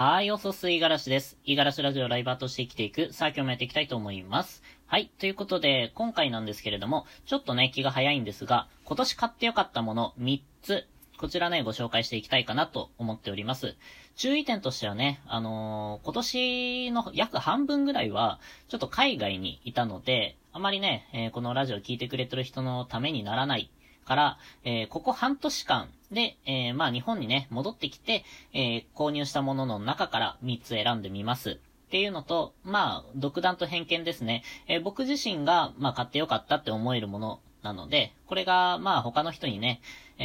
はい、おそすいがらしです。いがらしラジオライバーとして生きていく、さあ今日もやっていきたいと思います。はい、ということで、今回なんですけれども、ちょっとね、気が早いんですが、今年買ってよかったもの3つ、こちらね、ご紹介していきたいかなと思っております。注意点としてはね、今年の約半分ぐらいは、ちょっと海外にいたので、あまりね、このラジオ聞いてくれてる人のためにならないから、ここ半年間で、まあ日本にね、戻ってきて、購入したものの中から3つ選んでみます。っていうのと、まあ、独断と偏見ですね。僕自身が、まあ買ってよかったって思えるものなので、これが、まあ他の人にね、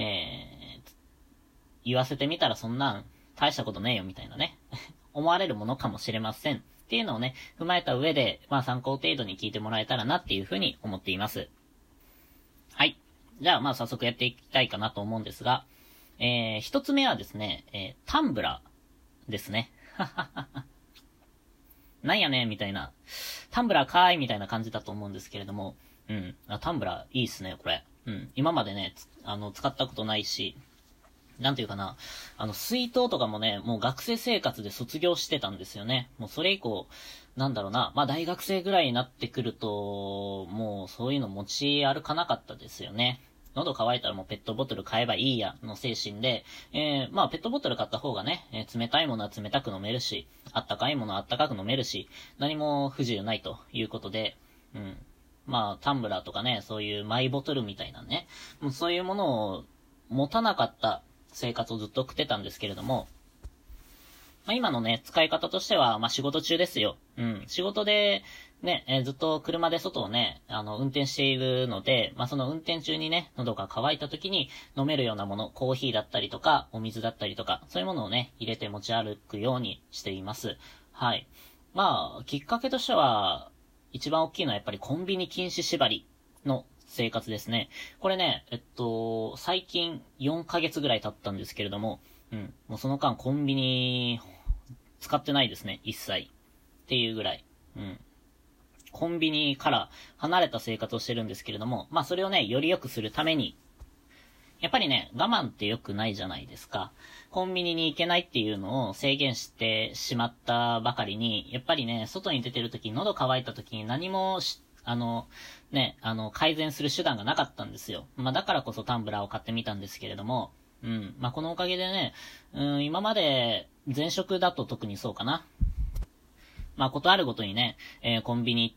言わせてみたらそんなん大したことねえよみたいなね、思われるものかもしれません。っていうのをね、踏まえた上で、まあ参考程度に聞いてもらえたらなっていうふうに思っています。はい。じゃあまあ早速やっていきたいかなと思うんですが、一つ目はですね、タンブラーですね。なんやねんみたいな。タンブラーかーいみたいな感じだと思うんですけれども、タンブラーいいっすね、これ。今までね、使ったことないし、なんていうかな、水筒とかもね、もう学生生活で卒業してたんですよね。もうそれ以降、なんだろうな、まあ大学生ぐらいになってくると、もうそういうの持ち歩かなかったですよね。喉乾いたらもうペットボトル買えばいいや、の精神で、まあペットボトル買った方がね、冷たいものは冷たく飲めるし、あったかいものはあったかく飲めるし、何も不自由ないということで、まあタンブラーとかね、そういうマイボトルみたいなね、もうそういうものを持たなかった生活をずっと送ってたんですけれども、まあ、今のね、使い方としては、まあ、仕事中ですよ。仕事で、ね、ずっと車で外をね、運転しているので、まあ、その運転中にね、喉が渇いた時に飲めるようなもの、コーヒーだったりとか、お水だったりとか、そういうものをね、入れて持ち歩くようにしています。はい。まあ、きっかけとしては、一番大きいのはやっぱりコンビニ禁止縛りの生活ですね。これね、最近4ヶ月ぐらい経ったんですけれども、もうその間コンビニ使ってないですね、一切。っていうぐらい。コンビニから離れた生活をしてるんですけれども、まあそれをね、より良くするために、やっぱりね、我慢って良くないじゃないですか。コンビニに行けないっていうのを制限してしまったばかりに、やっぱりね、外に出てる時、喉乾いた時に何も改善する手段がなかったんですよ。まあだからこそタンブラーを買ってみたんですけれども、まあこのおかげでね、今まで前職だと特にそうかな。まあことあるごとにね、コンビニ行って、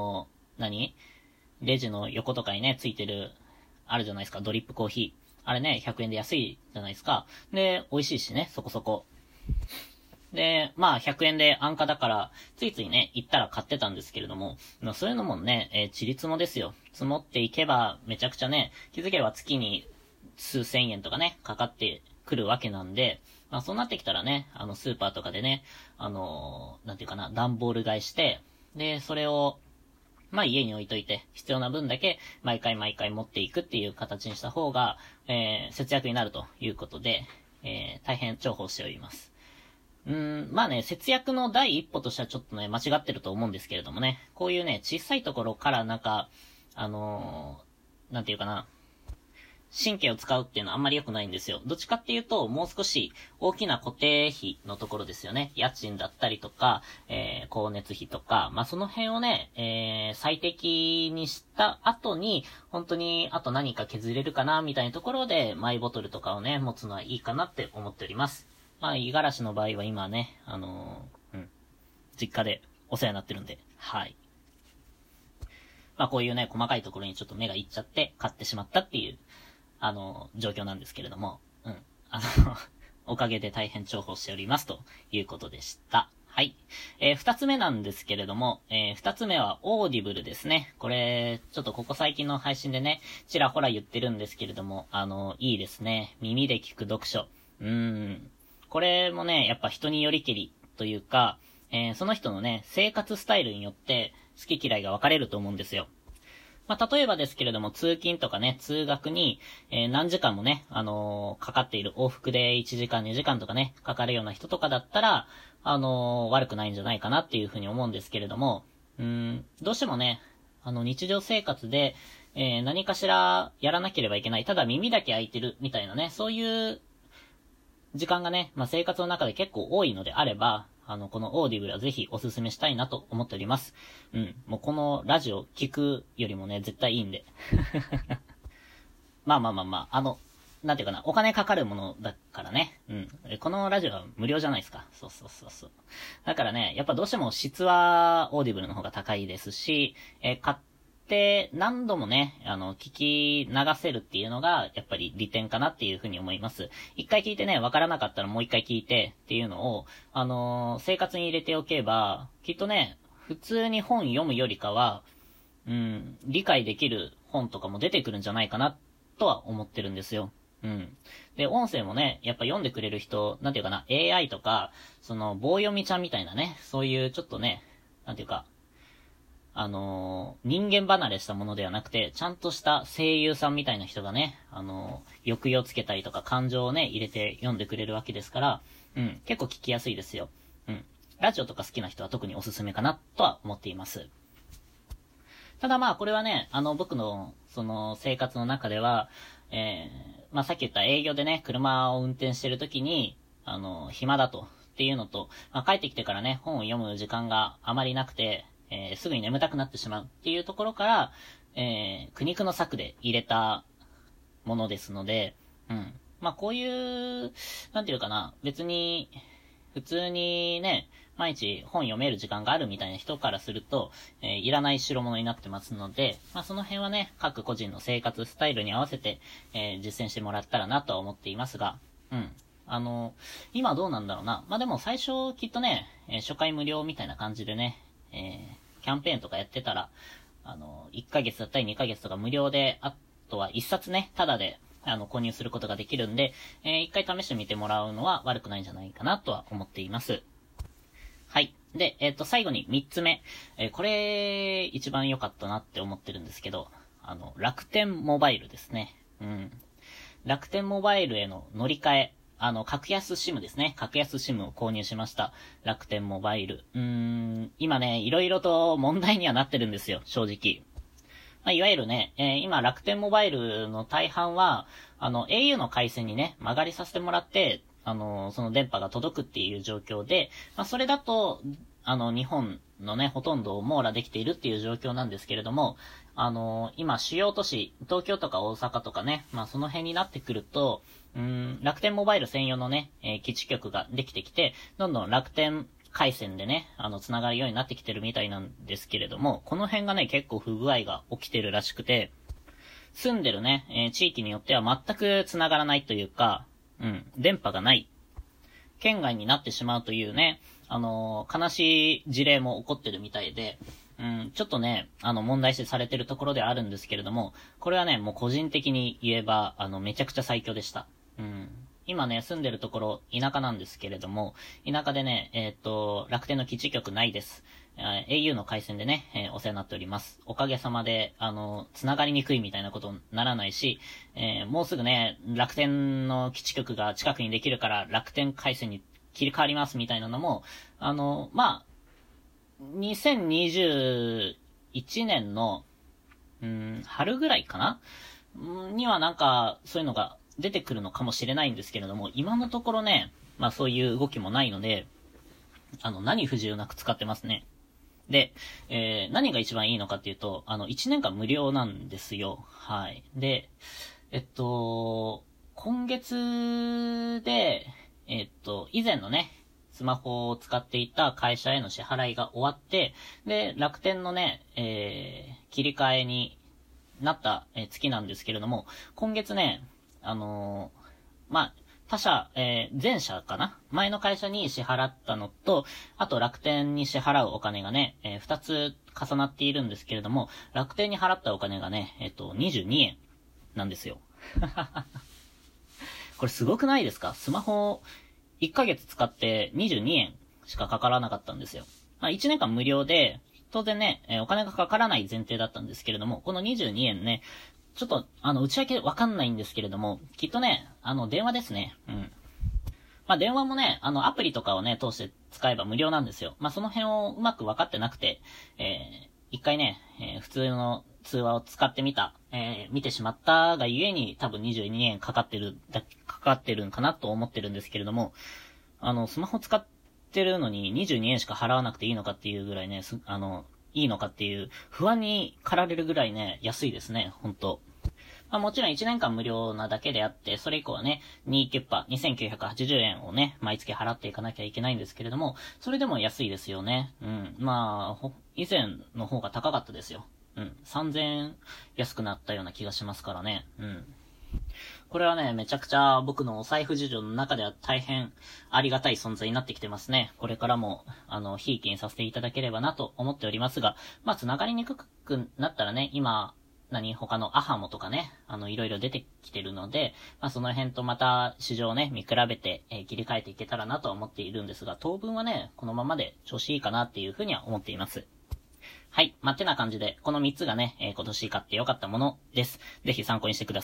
レジの横とかにね、ついてる、あるじゃないですか、ドリップコーヒー。あれね、100円で安いじゃないですか。で、美味しいしね、そこそこ。で、まあ、100円で安価だから、ついついね、行ったら買ってたんですけれども、そういうのもね、ちりつもですよ。積もっていけば、めちゃくちゃね、気づけば月に数千円とかね、かかってくるわけなんで、まあ、そうなってきたらね、スーパーとかでね、なんていうかな、段ボール買いして、で、それを、まあ家に置いといて、必要な分だけ毎回毎回持っていくっていう形にした方が、節約になるということで、大変重宝しております。まあね、節約の第一歩としてはちょっとね、間違ってると思うんですけれどもね、こういうね、小さいところからなんか、なんていうかな、神経を使うっていうのはあんまり良くないんですよ。どっちかっていうと、もう少し大きな固定費のところですよね。家賃だったりとか、光熱費とか、まあ、その辺をね、最適にした後に、本当にあと何か削れるかな、みたいなところで、マイボトルとかをね、持つのはいいかなって思っております。まあ、五十嵐の場合は今ね、実家でお世話になってるんで、はい。まあ、こういうね、細かいところにちょっと目がいっちゃって買ってしまったっていう、状況なんですけれども、おかげで大変重宝しておりますということでした。はい。二つ目なんですけれども、二つ目はオーディブルですね。これ、ちょっとここ最近の配信でね、ちらほら言ってるんですけれども、いいですね。耳で聞く読書。これもね、やっぱ人によりけりというか、その人のね、生活スタイルによって好き嫌いが分かれると思うんですよ。まあ、例えばですけれども、通勤とかね、通学に、何時間もね、かかっている往復で1時間2時間とかね、かかるような人とかだったら、悪くないんじゃないかなっていうふうに思うんですけれども、どうしてもね、日常生活で、何かしらやらなければいけない。ただ耳だけ開いてるみたいなね、そういう時間がね、生活の中で結構多いのであれば、このオーディブルはぜひおすすめしたいなと思っております。もうこのラジオ聞くよりもね、絶対いいんで。なんていうかな、お金かかるものだからね。このラジオは無料じゃないですか。そう。だからね、やっぱどうしても質はオーディブルの方が高いですし、買って何度もね、聞き流せるっていうのが、やっぱり利点かなっていうふうに思います。一回聞いてね、わからなかったらもう一回聞いてっていうのを、生活に入れておけば、きっとね、普通に本読むよりかは、理解できる本とかも出てくるんじゃないかな、とは思ってるんですよ。で、音声もね、やっぱ読んでくれる人、なんていうかな、AI とか、その、棒読みちゃんみたいなね、そういうちょっとね、なんていうか、人間離れしたものではなくて、ちゃんとした声優さんみたいな人がね、抑揚つけたりとか感情をね、入れて読んでくれるわけですから、結構聞きやすいですよ。ラジオとか好きな人は特におすすめかな、とは思っています。ただこれはね、僕の、その、生活の中では、さっき言った営業でね、車を運転してるときに、暇だと、っていうのと、帰ってきてからね、本を読む時間があまりなくて、すぐに眠たくなってしまうっていうところから、苦肉の策で入れたものですので、こういう、なんていうかな、別に、普通にね、毎日本読める時間があるみたいな人からすると、いらない代物になってますので、その辺はね、各個人の生活スタイルに合わせて、実践してもらったらなとは思っていますが、今どうなんだろうな。でも最初きっとね、初回無料みたいな感じでね、キャンペーンとかやってたら、1ヶ月だったり2ヶ月とか無料で、あとは1冊ね、タダで、購入することができるんで、一回試してみてもらうのは悪くないんじゃないかなとは思っています。はい。で、最後に3つ目。これ、一番良かったなって思ってるんですけど、楽天モバイルですね。楽天モバイルへの乗り換え。格安シムですね。格安シムを購入しました。楽天モバイル。今ね、いろいろと問題にはなってるんですよ、正直。いわゆるね、今楽天モバイルの大半は、au の回線にね、曲がりさせてもらって、その電波が届くっていう状況で、それだと、日本のね、ほとんどを網羅できているっていう状況なんですけれども、今、主要都市、東京とか大阪とかね、その辺になってくると、楽天モバイル専用のね、基地局ができてきて、どんどん楽天回線でね、繋がるようになってきてるみたいなんですけれども、この辺がね、結構不具合が起きてるらしくて、住んでるね、地域によっては全く繋がらないというか、電波がない、県外になってしまうというね、悲しい事例も起こってるみたいで、ちょっとね、問題視されてるところではあるんですけれども、これはね、もう個人的に言えば、めちゃくちゃ最強でした。今ね、住んでるところ、田舎なんですけれども、田舎でね、楽天の基地局ないです。au の回線でね、お世話になっております。おかげさまで、繋がりにくいみたいなことにならないし、もうすぐね、楽天の基地局が近くにできるから楽天回線に切り替わりますみたいなのも、2021年の、春ぐらいかなにはなんか、そういうのが出てくるのかもしれないんですけれども、今のところね、そういう動きもないので、何不自由なく使ってますね。で、何が一番いいのかっていうと、1年間無料なんですよ。はい。で、今月で、以前のね、スマホを使っていた会社への支払いが終わって、で、楽天のね、切り替えになった、月なんですけれども、今月ね、他社、前社かな前の会社に支払ったのと、あと楽天に支払うお金がね、二つ重なっているんですけれども、楽天に払ったお金がね、22円なんですよ。これすごくないですか？スマホ1ヶ月使って22円しかかからなかったんですよ。1年間無料で、当然ね、お金がかからない前提だったんですけれども、この22円ね、ちょっと、内訳わかんないんですけれども、きっとね、電話ですね。電話もね、アプリとかをね、通して使えば無料なんですよ。その辺をうまくわかってなくて、一回ね、普通の通話を使ってみた見てしまったがゆえに多分22円かかってるんかなと思ってるんですけれども、スマホ使ってるのに22円しか払わなくていいのかっていうぐらいね、いいのかっていう不安に駆られるぐらいね、安いですね、ほんと。まあもちろん1年間無料なだけであって、それ以降はね、2キュッパ、2980円をね、毎月払っていかなきゃいけないんですけれども、それでも安いですよね。うん。まあ、以前の方が高かったですよ。うん。3000円安くなったような気がしますからね。うん。これはね、めちゃくちゃ僕のお財布事情の中では大変ありがたい存在になってきてますね。これからも、ひいきにさせていただければなと思っておりますが、まあ、繋がりにくくなったらね、今、他のアハモとかね、いろいろ出てきてるので、まあ、その辺とまた市場をね、見比べて、切り替えていけたらなと思っているんですが、当分はね、このままで調子いいかなっていうふうには思っています。はい。まあ、てな感じで、この3つがね、今年買ってよかったものです。ぜひ参考にしてください。